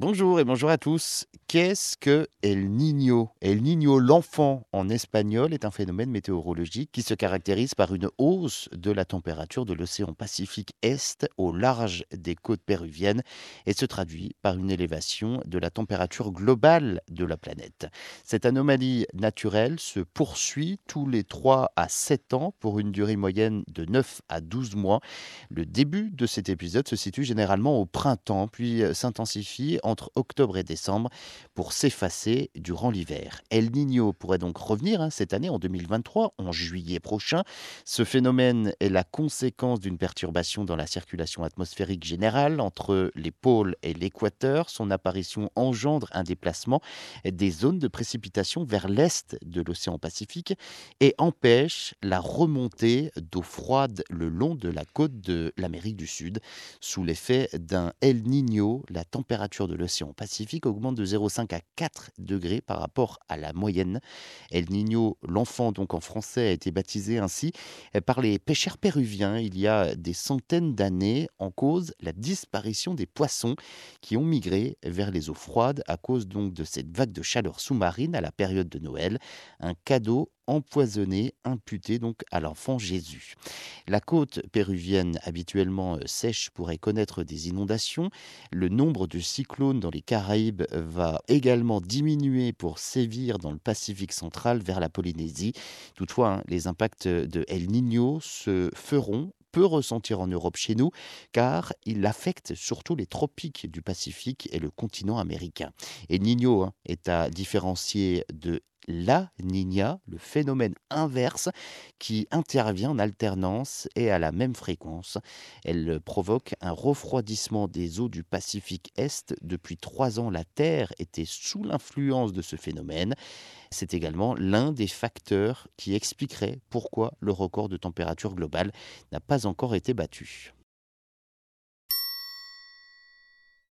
Bonjour et bonjour à tous. Qu'est-ce que El Niño? El Niño, l'enfant en espagnol, est un phénomène météorologique qui se caractérise par une hausse de la température de l'océan Pacifique Est au large des côtes péruviennes et se traduit par une élévation de la température globale de la planète. Cette anomalie naturelle se poursuit tous les 3 à 7 ans pour une durée moyenne de 9 à 12 mois. Le début de cet épisode se situe généralement au printemps, puis s'intensifie entre octobre et décembre pour s'effacer durant l'hiver. El Niño pourrait donc revenir cette année en 2023, en juillet prochain. Ce phénomène est la conséquence d'une perturbation dans la circulation atmosphérique générale entre les pôles et l'équateur. Son apparition engendre un déplacement des zones de précipitation vers l'est de l'océan Pacifique et empêche la remontée d'eau froide le long de la côte de l'Amérique du Sud. Sous l'effet d'un El Niño, la température de l'océan Pacifique augmente de 0,5 à 4 degrés par rapport à la moyenne. El Niño, l'enfant donc en français, a été baptisé ainsi par les pêcheurs péruviens il y a des centaines d'années, en cause la disparition des poissons qui ont migré vers les eaux froides à cause donc de cette vague de chaleur sous-marine à la période de Noël, un cadeau empoisonné imputé donc à l'enfant Jésus. La côte péruvienne, habituellement sèche, pourrait connaître des inondations. Le nombre de cyclones dans les Caraïbes va également diminuer pour sévir dans le Pacifique central vers la Polynésie. Toutefois, les impacts de El Niño se feront peu ressentir en Europe chez nous, car il affecte surtout les tropiques du Pacifique et le continent américain. Et Niño est à différencier de la Niña, le phénomène inverse qui intervient en alternance et à la même fréquence. Elle provoque un refroidissement des eaux du Pacifique Est. Depuis 3 ans, la Terre était sous l'influence de ce phénomène. C'est également l'un des facteurs qui expliquerait pourquoi le record de température globale n'a pas encore été battu.